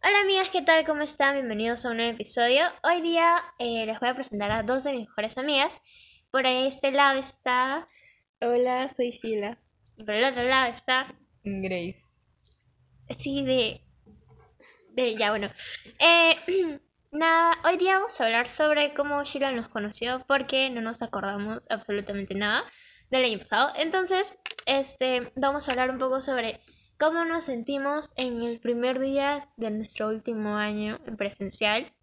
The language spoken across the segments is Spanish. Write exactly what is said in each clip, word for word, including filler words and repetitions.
Hola amigas, ¿qué tal? ¿Cómo están? Bienvenidos a un nuevo episodio. Hoy día eh, les voy a presentar a dos de mis mejores amigas. Por este lado está... Hola, soy Sheila. Y por el otro lado está... Grace. Sí, de... de ya, bueno. Eh, nada, hoy día vamos a hablar sobre cómo Sheila nos conoció porque no nos acordamos absolutamente nada del año pasado. Entonces, este, vamos a hablar un poco sobre cómo nos sentimos en el primer día de nuestro último año en presencial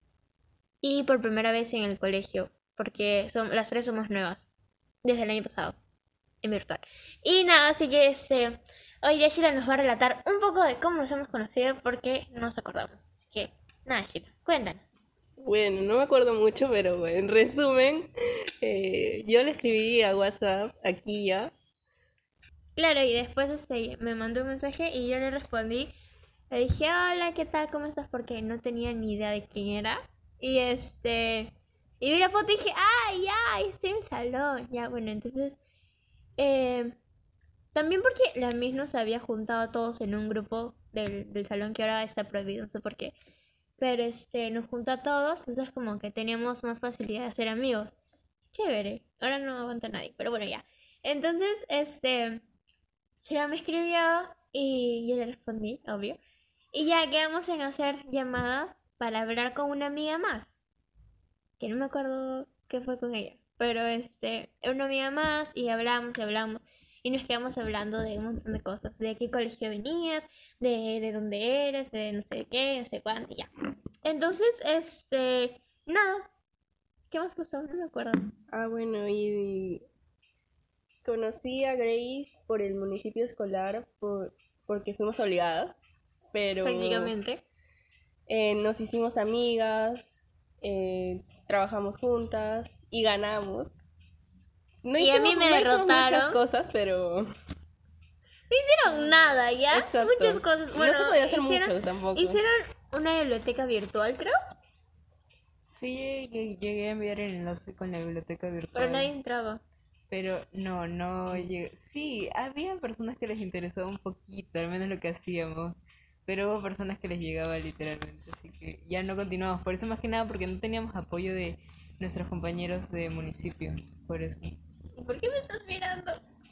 y por primera vez en el colegio, porque son, las tres somos nuevas desde el año pasado en virtual. Y nada, así que este, hoy día Sheila nos va a relatar un poco de cómo nos hemos conocido porque no nos acordamos. Así que nada, Sheila, cuéntanos. Bueno, no me acuerdo mucho, pero en resumen, eh, yo le escribí a WhatsApp aquí ya. Claro, y después este, me mandó un mensaje y yo le respondí. Le dije, hola, ¿qué tal? ¿Cómo estás? Porque no tenía ni idea de quién era. Y este, y vi la foto y dije, ¡ay, ya! Estoy en el salón. Ya, bueno, entonces, eh, también porque la Miss nos había juntado a todos en un grupo del, del salón que ahora está prohibido, no sé por qué. Pero este, nos juntó a todos, entonces como que teníamos más facilidad de ser amigos. Chévere, ahora no aguanta nadie, pero bueno, ya. Entonces, este, Sheila me escribió y yo le respondí, obvio. Y ya quedamos en hacer llamadas para hablar con una amiga más, que no me acuerdo qué fue con ella. Pero este, una amiga más y hablamos y hablamos. Y nos quedamos hablando de un montón de cosas. De qué colegio venías, de, de dónde eres, de no sé qué, no sé cuándo, y ya. Entonces, este, nada. ¿Qué más pasó? No me acuerdo. Ah, bueno, y conocí a Grace por el municipio escolar por, porque fuimos obligadas, pero Prácticamente. eh, nos hicimos amigas, eh, trabajamos juntas y ganamos. No Y a mí hicimos, me no hicimos muchas derrotaron. cosas, pero No hicieron nada, ¿ya? exacto. Muchas cosas. Bueno, No se podía hacer hicieron, mucho tampoco. hicieron una biblioteca virtual, creo. Sí, llegué, llegué a enviar el enlace con la biblioteca Pero virtual. nadie entraba. Pero no, no llegué. Sí, había personas que les interesaba un poquito, al menos lo que hacíamos. Pero hubo personas que les llegaba literalmente, así que ya no continuamos. Por eso más que nada, porque no teníamos apoyo de nuestros compañeros de municipio. Por eso. ¿Y por qué me estás mirando?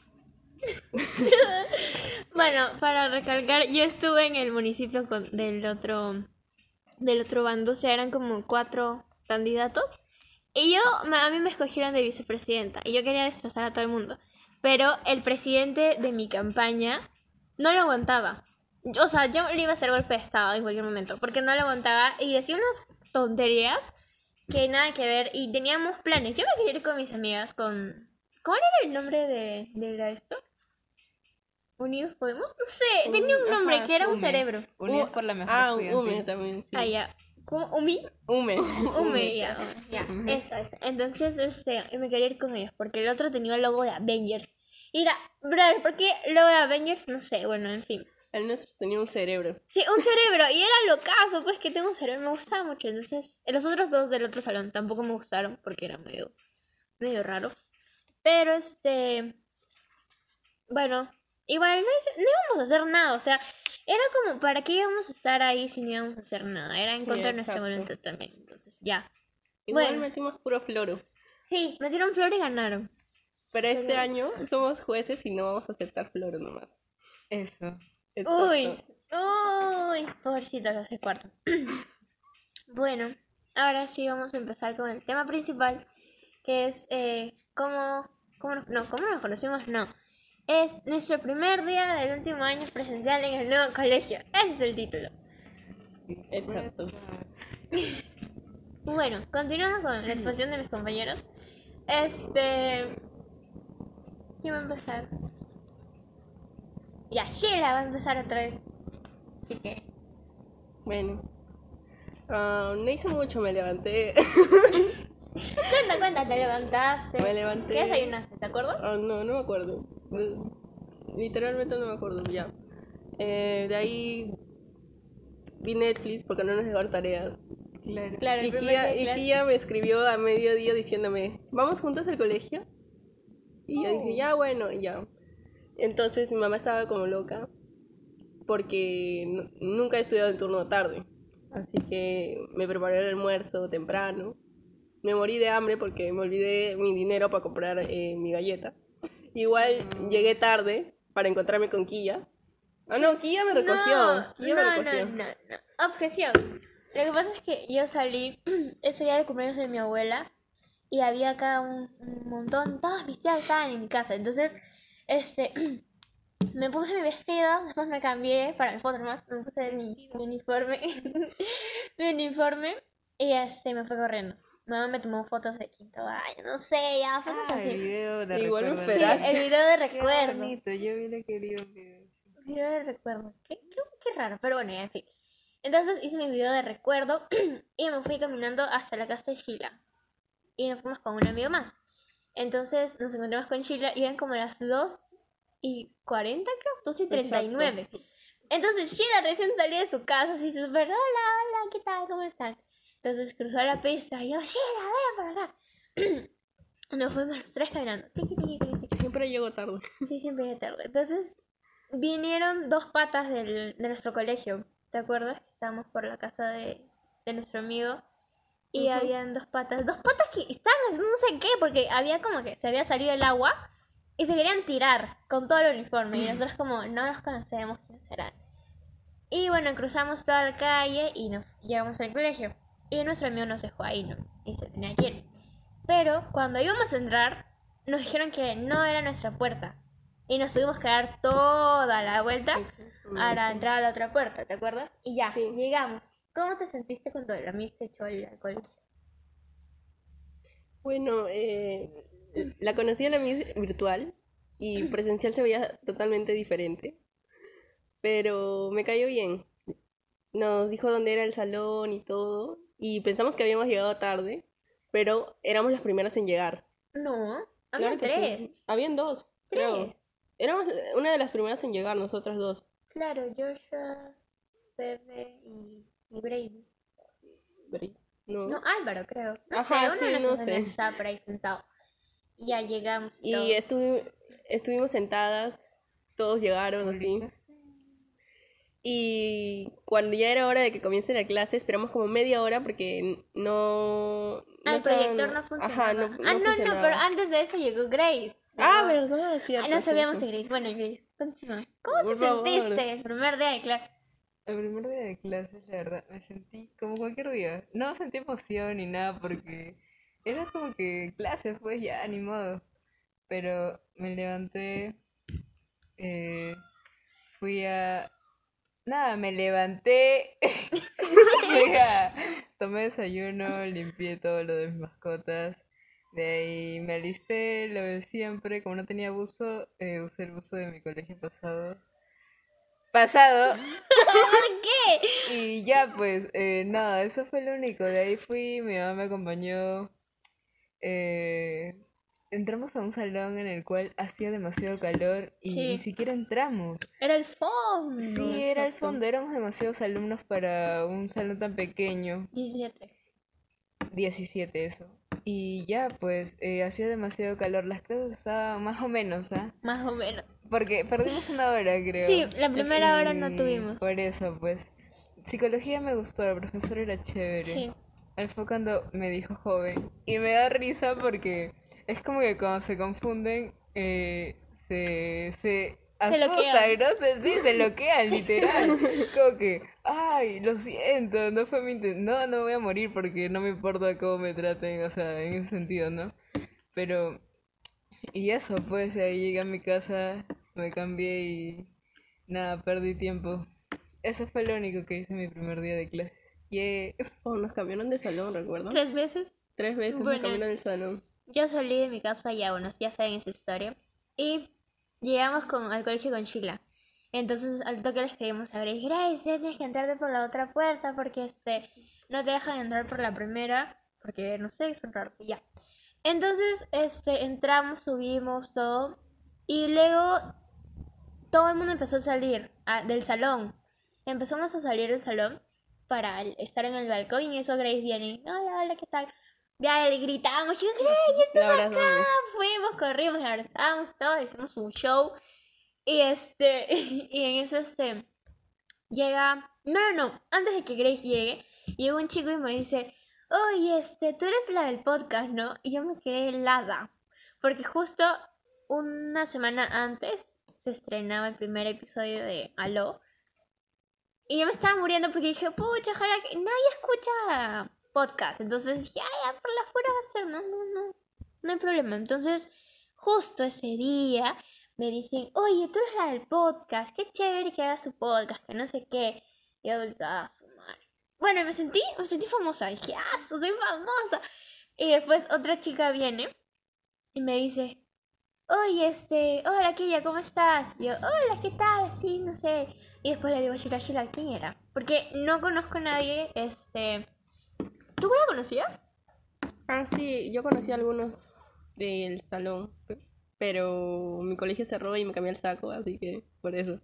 Bueno, para recalcar, yo estuve en el municipio con- del otro del otro bando, o sea, eran como cuatro candidatos. Y yo, me- a mí me escogieron de vicepresidenta y yo quería destrozar a todo el mundo. Pero el presidente de mi campaña no lo aguantaba. O sea, yo le iba a hacer golpe de estado en cualquier momento porque no lo aguantaba y decía unas tonterías que nada que ver. Y teníamos planes. Yo me quería ir con mis amigas, con... ¿Cuál era el nombre de, de la esto? ¿Unidos Podemos? No sé, tenía un nombre Ajá, que era un UME, cerebro. Unidos U- por la mejor ah, Ume estudiantil. también, sí. Ah, ya. ¿Cómo? ¿Umi? Ume. Ume, ya, ya, Ujú. esa, esa. Entonces, este, me quería ir con ellos porque el otro tenía el logo de Avengers. Y era, brother, ¿por qué logo de Avengers? No sé, bueno, en fin. El nuestro tenía un cerebro. Sí, un cerebro, y era lo caso, pues que tengo un cerebro, me gustaba mucho. Entonces, los otros dos del otro salón tampoco me gustaron porque era medio, medio raro. Pero, este, bueno, igual no, hice- no íbamos a hacer nada, o sea, era como, ¿para qué íbamos a estar ahí si no íbamos a hacer nada? Era en Sí, contra de nuestra exacto. voluntad también, entonces, ya. Igual Bueno. metimos puro floro. Sí, metieron flor y ganaron. Pero este Pero- año somos jueces y no vamos a aceptar floro nomás. Eso. Exacto. Uy, uy, pobrecitos los de cuarto. Bueno, ahora sí vamos a empezar con el tema principal, que es eh, cómo, cómo nos, no, cómo nos conocimos, no. Es nuestro primer día del último año presencial en el nuevo colegio. Ese es el título. Sí, Exacto. pues, Bueno, continuando con la exposición de mis compañeros. Este... ¿Quién va a empezar? Ya, Sheila va a empezar otra vez. Así que... Bueno. Ah, no hice mucho, me levanté. Cuenta, cuenta, te levantaste. Me levanté. ¿Qué desayunaste? ¿Te acuerdas? Ah, no, no me acuerdo. Literalmente no me acuerdo ya. Eh, de ahí vi Netflix porque no nos dejaron tareas. claro. Claro, el Y primer Kia, día de y clase. Kia me escribió a mediodía diciéndome, ¿vamos juntos al colegio? Y yo Oh. dije, ya bueno, y ya. Entonces mi mamá estaba como loca porque nu- nunca he estudiado en turno tarde. Así que me preparé el almuerzo temprano. Me morí de hambre porque me olvidé mi dinero para comprar eh, mi galleta. Igual llegué tarde para encontrarme con Kia. Ah, no, Kia me recogió. No, Kia me no, recogió. no, no, no. Objeción. Lo que pasa es que yo salí, ese día era el cumpleaños de mi abuela, y había acá un, un montón, todas mis tías estaban en mi casa. Entonces, este, me puse mi vestido, después me cambié para el foto nomás, me puse mi, mi uniforme, mi uniforme, y este, me fui corriendo. Mi mamá me tomó fotos de quinto año, no sé, ya, fotos Ah, el así. video de Igual me recuerdo. Sí, esperaste. el video de Qué recuerdo. bonito, yo hubiera querido que... Video de recuerdo. Qué, qué, qué raro, pero bueno, ya, en fin. Entonces hice mi video de recuerdo y me fui caminando hasta la casa de Sheila. Y nos fuimos con un amigo más. Entonces nos encontramos con Sheila y eran como las dos y cuarenta, creo, dos y treinta y nueve. Entonces Sheila recién salía de su casa, así súper, hola, hola, ¿qué tal? ¿Cómo están? Entonces cruzó la pista y yo, Sheila, ven por acá. Nos fuimos los tres caminando. Tiqui, tiqui, tiqui, tiqui. Siempre llego tarde. Sí, siempre llegué tarde. Entonces vinieron dos patas del, de nuestro colegio. ¿Te acuerdas? Que estábamos por la casa de, de nuestro amigo. Y Ujú. habían dos patas. Dos patas que estaban haciendo no sé qué. Porque había como que se había salido el agua. Y se querían tirar con todo el uniforme. Y nosotros como no nos conocemos quién serán. Y bueno, cruzamos toda la calle y nos llegamos al colegio. Y nuestro amigo nos dejó ahí, ¿no? Y se tenía que ir. Pero cuando íbamos a entrar, nos dijeron que no era nuestra puerta. Y nos tuvimos que dar toda la vuelta para entrar a la otra puerta, ¿te acuerdas? Y ya, Sí. llegamos. ¿Cómo te sentiste cuando la Miss te echó al colegio? Bueno, eh, la conocí en la Miss virtual y presencial se veía totalmente diferente, pero me cayó bien. Nos dijo dónde era el salón y todo, y pensamos que habíamos llegado tarde, pero éramos las primeras en llegar. No, había Claro que tres. sí. Habían dos, creo. Tres. Éramos una de las primeras en llegar, nosotras dos. Claro, Joshua, Pepe y, y Brady. Bri- No. No, Álvaro, creo. No Ajá, sé, uno sí, de no nuestros sé. amigos estaba por ahí sentado. Y ya llegamos y todo. Y estu- estuvimos sentadas, todos llegaron así. Y cuando ya era hora de que comience la clase, esperamos como media hora porque no... no Ah, el estaban- proyector no funcionaba. Ajá, no, ah, no, no, funcionaba. pero antes de eso llegó Grace. Ah, Llegó- verdad, cierto. Ah, no sabíamos cierto. de Grace. Bueno, Grace, continúa. ¿Cómo te Por favor. sentiste el primer día de clase? El primer día de clases, la verdad, me sentí como cualquier día. No sentí emoción ni nada porque era como que clase, pues ya, ni modo. Pero me levanté, eh, fui a... Nada, me levanté, fui a... Tomé desayuno, limpié todo lo de mis mascotas. De ahí me alisté, lo de siempre. Como no tenía buzo, eh, usé el buzo de mi colegio pasado. Pasado. ¿Por qué? Y ya, pues, eh, nada, eso fue lo único. De ahí fui, mi mamá me acompañó. eh, entramos a un salón en el cual hacía demasiado calor y Sí. ni siquiera entramos. Era el fondo. Sí, era el exacto. fondo, éramos demasiados alumnos para un salón tan pequeño. diecisiete. diecisiete eso. Y ya, pues, eh, hacía demasiado calor. Las clases estaban más o menos, ¿ah? Más o menos. Porque perdimos una hora, creo. Sí, la primera hora no Y tuvimos. Por eso, pues. Psicología me gustó, el profesor era chévere. Sí. Él fue cuando me dijo joven. Y me da risa porque es como que cuando se confunden, eh, se, se asustan, loquean. ¿no? Se, sí, se loquean, literal. Como que, ay, lo siento, no fue mi intención. No, no voy a morir porque no me importa cómo me traten, o sea, en ese sentido, ¿no? Pero, y eso, pues, de ahí llegué a mi casa, me cambié y nada, perdí tiempo. Eso fue lo único que hice mi primer día de clases. Yeah. Oh, nos cambiaron de salón, recuerdo. Tres veces. Tres veces nos Bueno. cambiaron del salón. Yo salí de mi casa ya, bueno, ya saben esa historia. Y llegamos con, al colegio con Sheila. Entonces al toque le escribimos a Grace, Grace, tienes que entrarte por la otra puerta porque este, no te dejan entrar por la primera. Porque no sé, son raros y ya. Entonces este, entramos, subimos todo. Y luego todo el mundo empezó a salir ah, del salón. Empezamos a salir del salón para el- estar en el balcón y en eso Grace viene. Hola, hola, ¿qué tal? Ya le gritamos, yo, Grace, La abrazamos. fuimos, corrimos, la abrazamos, todo, hicimos un show. Y este, y en eso este, llega... No, no, no. Antes de que Grace llegue, llegó un chico y me dice, oye, este, tú eres la del podcast, ¿no? Y yo me quedé helada. Porque justo una semana antes se estrenaba el primer episodio de Aló. Y yo me estaba muriendo porque dije, pucha, ojalá que nadie escucha podcast. Entonces dije, ay, ya, por la fuera va a ser, no, no, no, no hay problema. Entonces, justo ese día me dicen, oye, tú eres la del podcast, qué chévere que hagas su podcast, que no sé qué. Y yo pensaba, ah, su madre. Bueno, y me sentí, me sentí famosa, dije, ah, soy famosa. Y después otra chica viene y me dice, oye, este, hola, Killa, ¿cómo estás? Y yo, hola, ¿qué tal? Sí, no sé. Y después le digo a Sheila, Sheila, ¿quién era? Porque no conozco a nadie, este... ¿Tú la conocías? Ah, sí, yo conocí a algunos del salón, pero mi colegio cerró y me cambié el saco, así que por eso.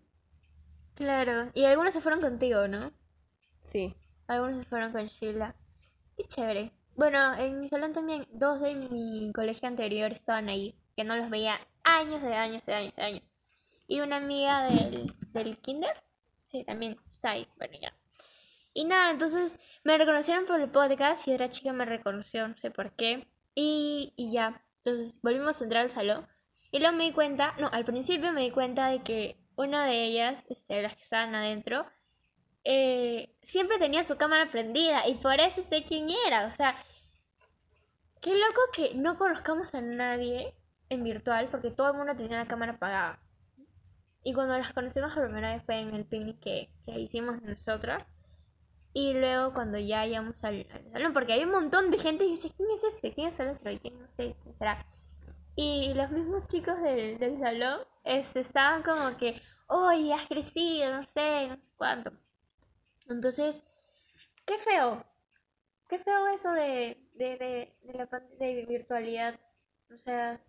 Claro, y algunos se fueron contigo, ¿no? Sí. Algunos se fueron con Sheila. Qué chévere. Bueno, en mi salón también dos de mi colegio anterior estaban ahí, que no los veía años de años de años de años. Y una amiga del, del kinder, sí, también está ahí, bueno, ya. Y nada, entonces me reconocieron por el podcast y otra chica me reconoció, no sé por qué. Y, y ya, entonces volvimos a entrar al salón. Y luego me di cuenta, no, al principio me di cuenta de que una de ellas, este, las que estaban adentro, eh, siempre tenía su cámara prendida y por eso sé quién era. O sea, qué loco que no conozcamos a nadie en virtual porque todo el mundo tenía la cámara apagada. Y cuando las conocimos la primera vez fue en el picnic que, que hicimos nosotros. Y luego cuando ya íbamos al, al salón, porque hay un montón de gente y yo sé, ¿quién es este? ¿Quién es el otro? ¿Y quién no sé quién será? Y los mismos chicos del, del salón este, estaban como que, oye, has crecido, no sé, no sé cuánto. Entonces, qué feo. Qué feo eso de, de, de, de la de virtualidad. O sea,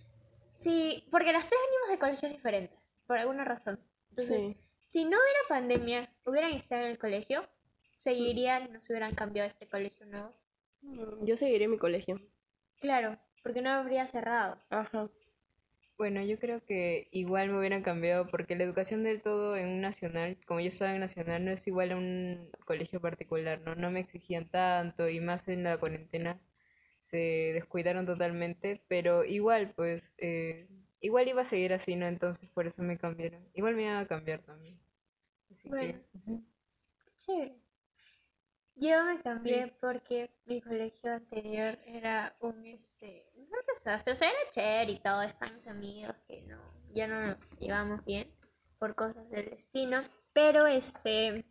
sí, porque las tres venimos de colegios diferentes, por alguna razón. Entonces, Sí. si no hubiera pandemia, hubieran estado en el colegio, seguirían y no se hubieran cambiado a este colegio nuevo. Yo seguiré en mi colegio. Claro, porque no habría cerrado. Ajá. Bueno, yo creo que igual me hubieran cambiado porque la educación del todo en un nacional, como yo estaba en nacional, no es igual a un colegio particular, ¿no? No me exigían tanto y más en la cuarentena se descuidaron totalmente, pero igual, pues, eh, igual iba a seguir así, ¿no? Entonces por eso me cambiaron. Igual me iban a cambiar también. Así Bueno, que, ujú. qué chévere. Yo me cambié Sí. porque mi colegio anterior era un este un desastre. O sea, era chévere y todo, estaban mis amigos que no, ya no nos llevamos bien por cosas del destino. Pero este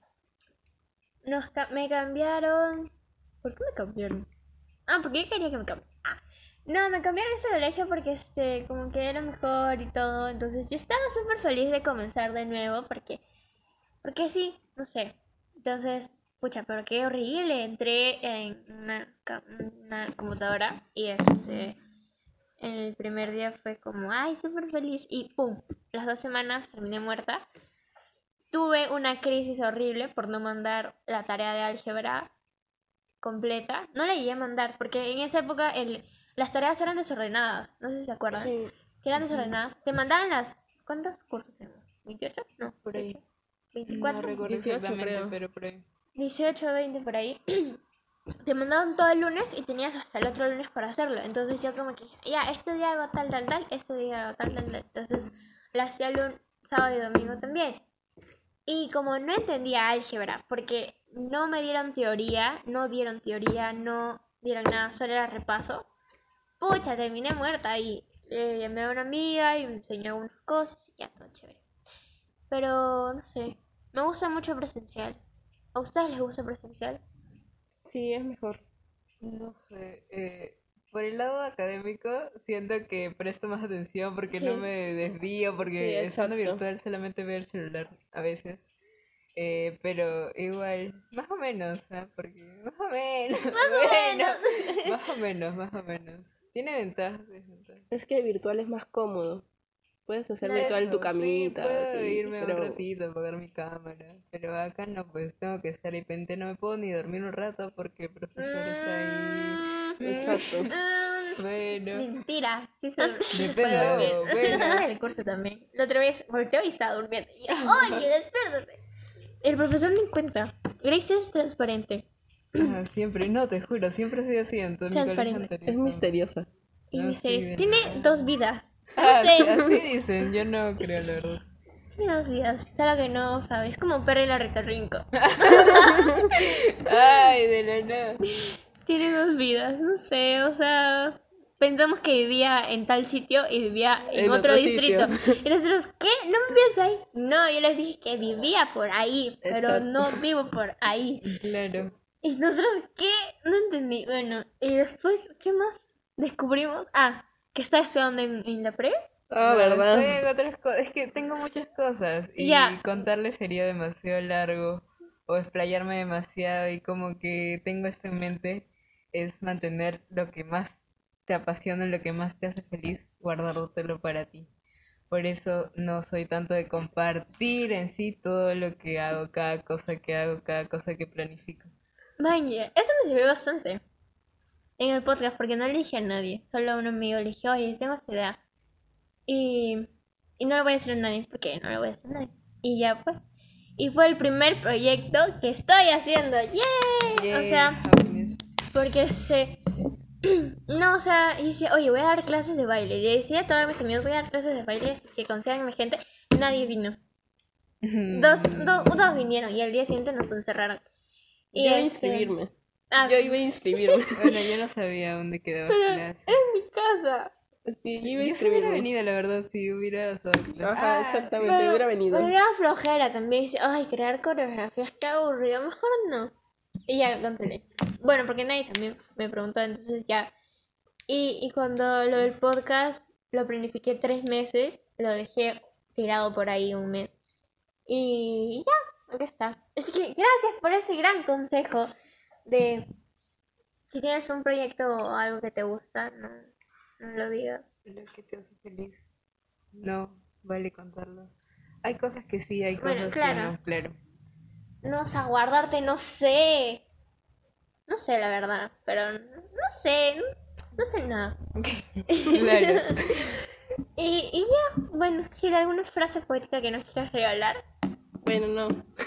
nos ca- me cambiaron. ¿Por qué me cambiaron? Ah, porque yo quería que me cambien. Ah, no, me cambiaron ese colegio porque este, como que era mejor y todo. Entonces yo estaba súper feliz de comenzar de nuevo porque, porque sí, no sé. Entonces, pucha, pero qué horrible. Entré en una, ca- una computadora y este, el primer día fue como, ay, súper feliz. Y pum, las dos semanas terminé muerta. Tuve una crisis horrible por no mandar la tarea de álgebra completa. No la llegué a mandar porque en esa época el, las tareas eran desordenadas. No sé si se acuerdan. Sí. Que eran desordenadas. Te mandaban las... ¿Cuántos cursos tenemos? ¿veintiocho? No, Por ahí. dieciocho. No veinticuatro. recuerdo dieciocho, exactamente, creo. pero por ahí. dieciocho, veinte por ahí. Te mandaban todo el lunes y tenías hasta el otro lunes para hacerlo. Entonces yo como que, ya, este día hago tal, tal, tal, este día hago tal, tal, tal. Entonces lo hacía lunes, sábado y domingo también. Y como no entendía álgebra, porque no me dieron teoría, no dieron teoría, no dieron nada, solo era repaso. Pucha, terminé muerta y le llamé a una amiga y me enseñó algunas cosas y ya todo chévere. Pero no sé, me gusta mucho presencial. ¿A ustedes les gusta presencial? Sí, es mejor. No sé, eh, por el lado académico siento que presto más atención porque no Sí. me desvío, Sí, porque estando exacto. virtual solamente veo el celular a veces. Eh, pero igual, más o menos, ¿ah? Porque más o menos, bueno, más o menos, más o menos. Tiene ventajas, desventajas. Es que virtual es más cómodo. Puedes hacer Claro. virtual tu Eso, camita, sí, puedo sí, irme pero un ratito, apagar mi cámara, pero acá no, pues tengo que estar ahí pendiente, no me puedo ni dormir un rato porque el profesor está ahí. Mm, exacto. mm, Bueno, Mentira, sí se, sí se Depende, puede dormir. bueno. En el curso también. La otra vez volteó y estaba durmiendo. Y yo, oye, despiértate. El profesor ni cuenta. Grace es transparente. Ah, siempre, no, te juro, siempre soy así en todo mi colegio Transparente. anterior. Es misteriosa. Y Ah, misterios. sí, Tiene verdad. dos vidas. Ah, No sé. sí, así dicen, yo no creo, la verdad. Tiene dos vidas. Solo que no sabes. Como Perry la Retorrinco. Ay, de la nada. Tiene dos vidas. No sé, o sea. Pensamos que vivía en tal sitio y vivía en, En otro, otro distrito. sitio. Y nosotros, ¿qué? ¿No vivías ahí? No, yo les dije que vivía por ahí, pero Exacto. no vivo por ahí. Claro. Y nosotros, ¿qué? No entendí. Bueno, y después, ¿qué más descubrimos? Ah, que está estudiando en, en la pre. Ah, No, ¿verdad? estoy en otras cosas. Es que tengo muchas cosas y Ya. contarles sería demasiado largo o explayarme demasiado y como que tengo esto en mente es mantener lo que más te apasiona, lo que más te hace feliz, guardártelo para ti. Por eso no soy tanto de compartir en sí todo lo que hago, cada cosa que hago, cada cosa que planifico. Vaya, eso me sirvió bastante en el podcast porque no le dije a nadie. Solo a un amigo le dije, oye, tengo esta idea. Y, y no lo voy a decir a nadie porque no lo voy a decir a nadie. Y ya pues. Y fue el primer proyecto que estoy haciendo. ¡Yay! O Yay, sea, happiness. porque se... No, o sea, yo decía, oye, voy a dar clases de baile. Y le decía a todos mis amigos, voy a dar clases de baile, así que consíganme gente. Nadie vino. Dos, do- dos vinieron y al día siguiente nos encerraron. Y Yo iba a este- inscribirme. Ah, Yo iba a inscribirme. Bueno, yo no sabía dónde quedaba clase. en mi casa. Sí, yo iba a Yo sí hubiera inscribirme. venido, la verdad, si hubiera dado clase. Ajá, Ah, exactamente, Pero hubiera venido. me da flojera también. Dice, ay, crear coreografías, qué aburrido. Mejor no. Y ya lo cancelé. Bueno, porque nadie también me preguntó, entonces ya. Y, y cuando lo del podcast lo planifiqué tres meses, lo dejé tirado por ahí un mes. Y ya, acá está. Así que gracias por ese gran consejo de si tienes un proyecto o algo que te gusta, no, no lo digas. Lo que te hace feliz. No, vale contarlo. Hay cosas que sí, hay Bueno, cosas claro. que no, claro. No, o sea, guardarte, no sé. No sé la verdad, pero no, no sé, no, no sé nada. Claro. Y, y ya, bueno, si hay alguna frase poética que nos quieras regalar. Bueno, no.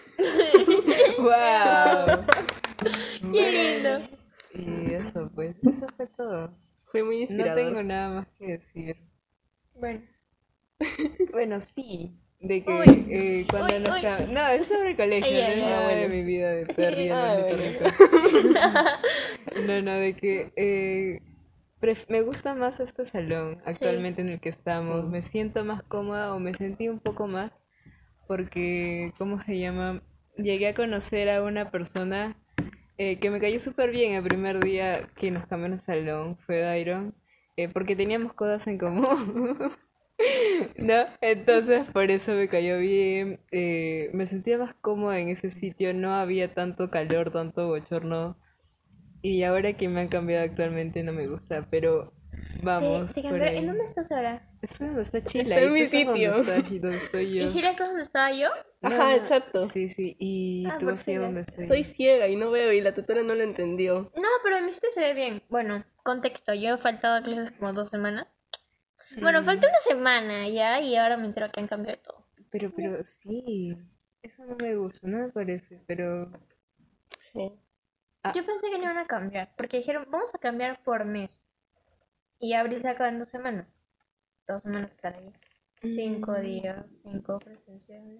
¡Wow! Qué lindo. Y eso, pues, eso fue todo. Fue muy No inspirador. tengo nada más que decir. Bueno, Bueno, sí, de que Uy. eh, cuando Uy, nos uy. cam- No, es sobre el colegio, Ay, no ay, es ay. nada de bueno. mi vida de Perry el Ah, ornitorrinco. No, no, de que eh, pref- me gusta más este salón actualmente en el que estamos. Sí. Me siento más cómoda o me sentí un poco más porque, ¿cómo se llama? Llegué a conocer a una persona eh, que me cayó súper bien el primer día que nos cambiamos de salón, fue Dairon, eh, porque teníamos cosas en común. ¿No? Entonces por eso me cayó bien, eh, me sentía más cómoda en ese sitio, no había tanto calor, tanto bochorno. Y ahora que me han cambiado actualmente no me gusta, pero vamos. te, te por cambiaron- ahí. ¿En dónde estás ahora? Estoy donde está Chila, Está en y tú mi estás donde sitio. estás y donde estoy yo. ¿Y Chile estás donde estaba yo? Ajá, No, no, exacto. Sí, sí, y Ah, tú por así filas. donde estoy. Soy ciega y no veo y la tutora no lo entendió. No, pero en mi sitio se ve bien. Bueno, contexto, yo he faltado a clases como dos semanas. Bueno, Mm, falté una semana ya y ahora me entero que han cambiado todo. Pero, pero sí, eso no me gusta, no me parece, pero... Sí. Ah. Yo pensé que no iban a cambiar, porque dijeron, vamos a cambiar por mes. Y abril se acaba en dos semanas. Dos semanas estar ahí. Cinco Mm. días, cinco presenciales.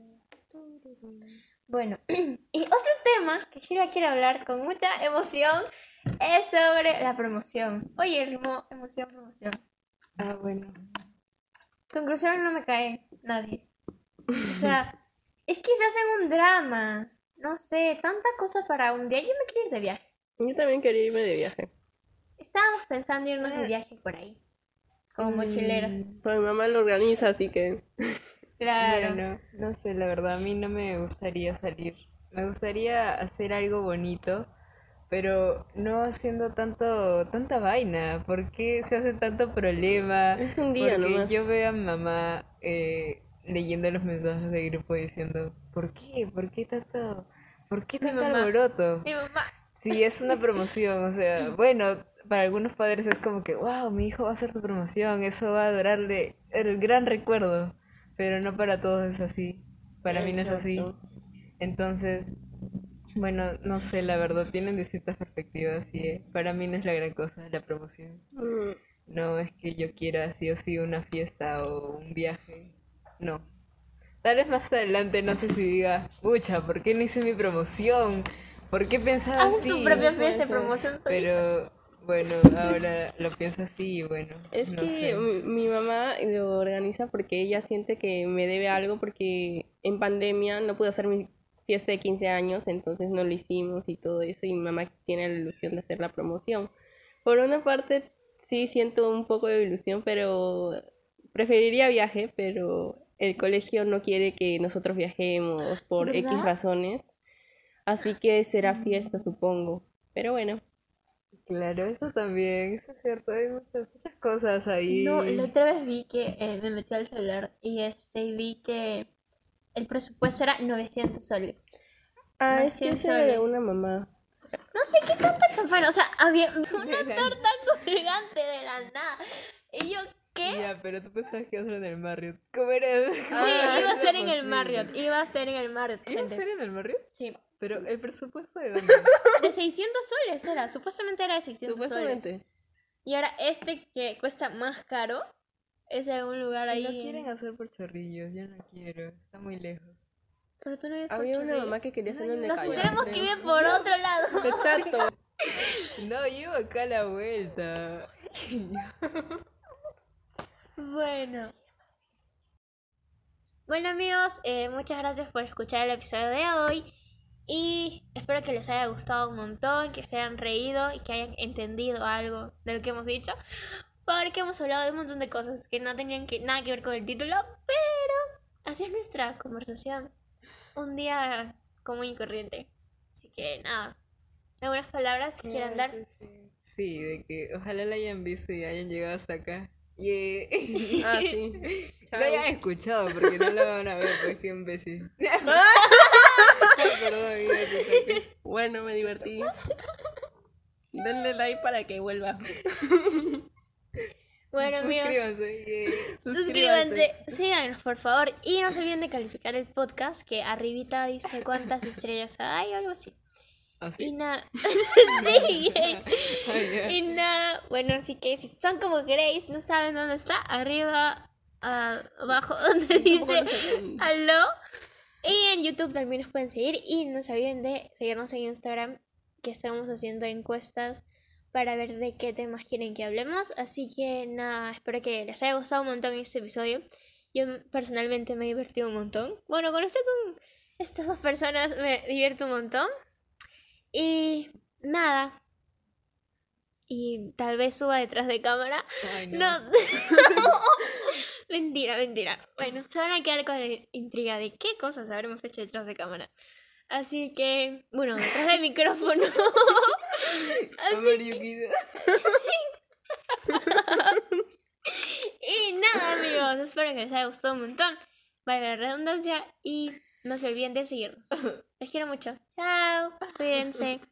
Bueno, y otro tema que Shira quiere hablar con mucha emoción es sobre la promoción. Oye, ritmo, emoción, promoción. Ah, bueno. Conclusión, no me cae nadie. O sea, es que se hacen un drama. No sé, tanta cosa para un día. Yo me quiero ir de viaje. Yo también quería irme de viaje. Estábamos pensando irnos de viaje por ahí. Como mochileros. Mm, Pero mi mamá lo organiza, así que... Claro. Bueno, no sé, la verdad, a mí no me gustaría salir. Me gustaría hacer algo bonito, pero no haciendo tanto, tanta vaina. ¿Por qué se hace tanto problema? Es un día Porque nomás. yo veo a mi mamá eh, leyendo los mensajes de grupo diciendo, ¿por qué? ¿Por qué tanto, por qué Mi tanto mamá. alboroto? Mi mamá. Sí, es una promoción, o sea, bueno, para algunos padres es como que, wow, mi hijo va a hacer su promoción, eso va a durarle el gran recuerdo, pero no para todos es así, para mí no es así. Exacto. Entonces, bueno, no sé, la verdad, tienen distintas perspectivas y eh, para mí no es la gran cosa la promoción. Mm, No es que yo quiera sí o sí una fiesta o un viaje. No. Tal vez más adelante no sé si diga, pucha, ¿por qué no hice mi promoción? ¿Por qué pensaba Haz así? tu propia puede fiesta de ser. promoción. solita. Pero bueno, ahora lo pienso así y bueno, Es no que sé. mi, mi mamá lo organiza porque ella siente que me debe algo porque en pandemia no pude hacer mi fiesta de quince años, entonces no lo hicimos y todo eso y mi mamá tiene la ilusión de hacer la promoción. Por una parte sí siento un poco de ilusión, pero preferiría viaje, pero el colegio no quiere que nosotros viajemos por X ¿Verdad? razones, así que será fiesta, supongo. Pero bueno. Claro, eso también, eso es cierto, hay muchas, muchas cosas ahí. No, la otra vez vi que eh, me metí al celular y este y vi que el presupuesto era novecientos soles. Ah, No, es que cien es de soles. una mamá. No sé qué tanta chafana, o sea, había una torta colgante de la nada. Y yo, ¿qué? Ya, pero tú pensabas que iba a ser en el Marriott. ¿Cómo era? Sí, Ah, iba a no ser era en el posible. Marriott, iba a ser en el Marriott, ¿Iba a gente. ser en el Marriott? Sí. Pero el presupuesto de dónde? De seiscientos soles era, supuestamente era de seiscientos soles. Supuestamente. Y ahora este que cuesta más caro es en un lugar Y ahí. lo en- quieren hacer por Chorrillos, yo no quiero, está muy lejos. Pero tú no vives por Había una Chorrillos. mamá que quería hacerlo en Nos Necayo, tenemos que creo. ir por otro lado. Exacto. No, llevo acá a la vuelta. Bueno. Bueno amigos, eh, muchas gracias por escuchar el episodio de hoy y espero que les haya gustado un montón, que se hayan reído y que hayan entendido algo de lo que hemos dicho, porque hemos hablado de un montón de cosas que no tenían que, nada que ver con el título, pero así es nuestra conversación, un día común y corriente. Así que nada, algunas palabras si quieran dar. Sí, sí. Sí, de que ojalá la hayan visto y hayan llegado hasta acá. Y Ah, sí. lo Chao. hayan escuchado porque no lo van a ver, pues qué imbécil. Perdón, iba a decir. Bueno, me divertí. Denle like para que vuelva. Bueno amigos, Suscríbanse. que- suscríbanse, síganos por favor y no se olviden de calificar el podcast que arribita dice cuántas estrellas hay o algo así. ¿Así? Y nada, sí, Ay, ya. y nada, bueno, así que si son como Grace, no saben dónde está, arriba, ah, abajo, donde dice aló. Y en YouTube también nos pueden seguir y no se olviden de seguirnos en Instagram, que estamos haciendo encuestas para ver de qué temas quieren que hablemos. Así que nada, espero que les haya gustado un montón este episodio. Yo personalmente me he divertido un montón. Bueno, conocer con estas dos personas me divierto un montón. Y nada. Y tal vez suba detrás de cámara. Ay, no. No. Mentira, mentira. Bueno, se van a quedar con la intriga de qué cosas habremos hecho detrás de cámara. Así que, bueno, detrás del micrófono. Amariuquita. Y nada, amigos, espero que les haya gustado un montón. Valga la redundancia y no se olviden de seguirnos. Les quiero mucho. Chao, cuídense.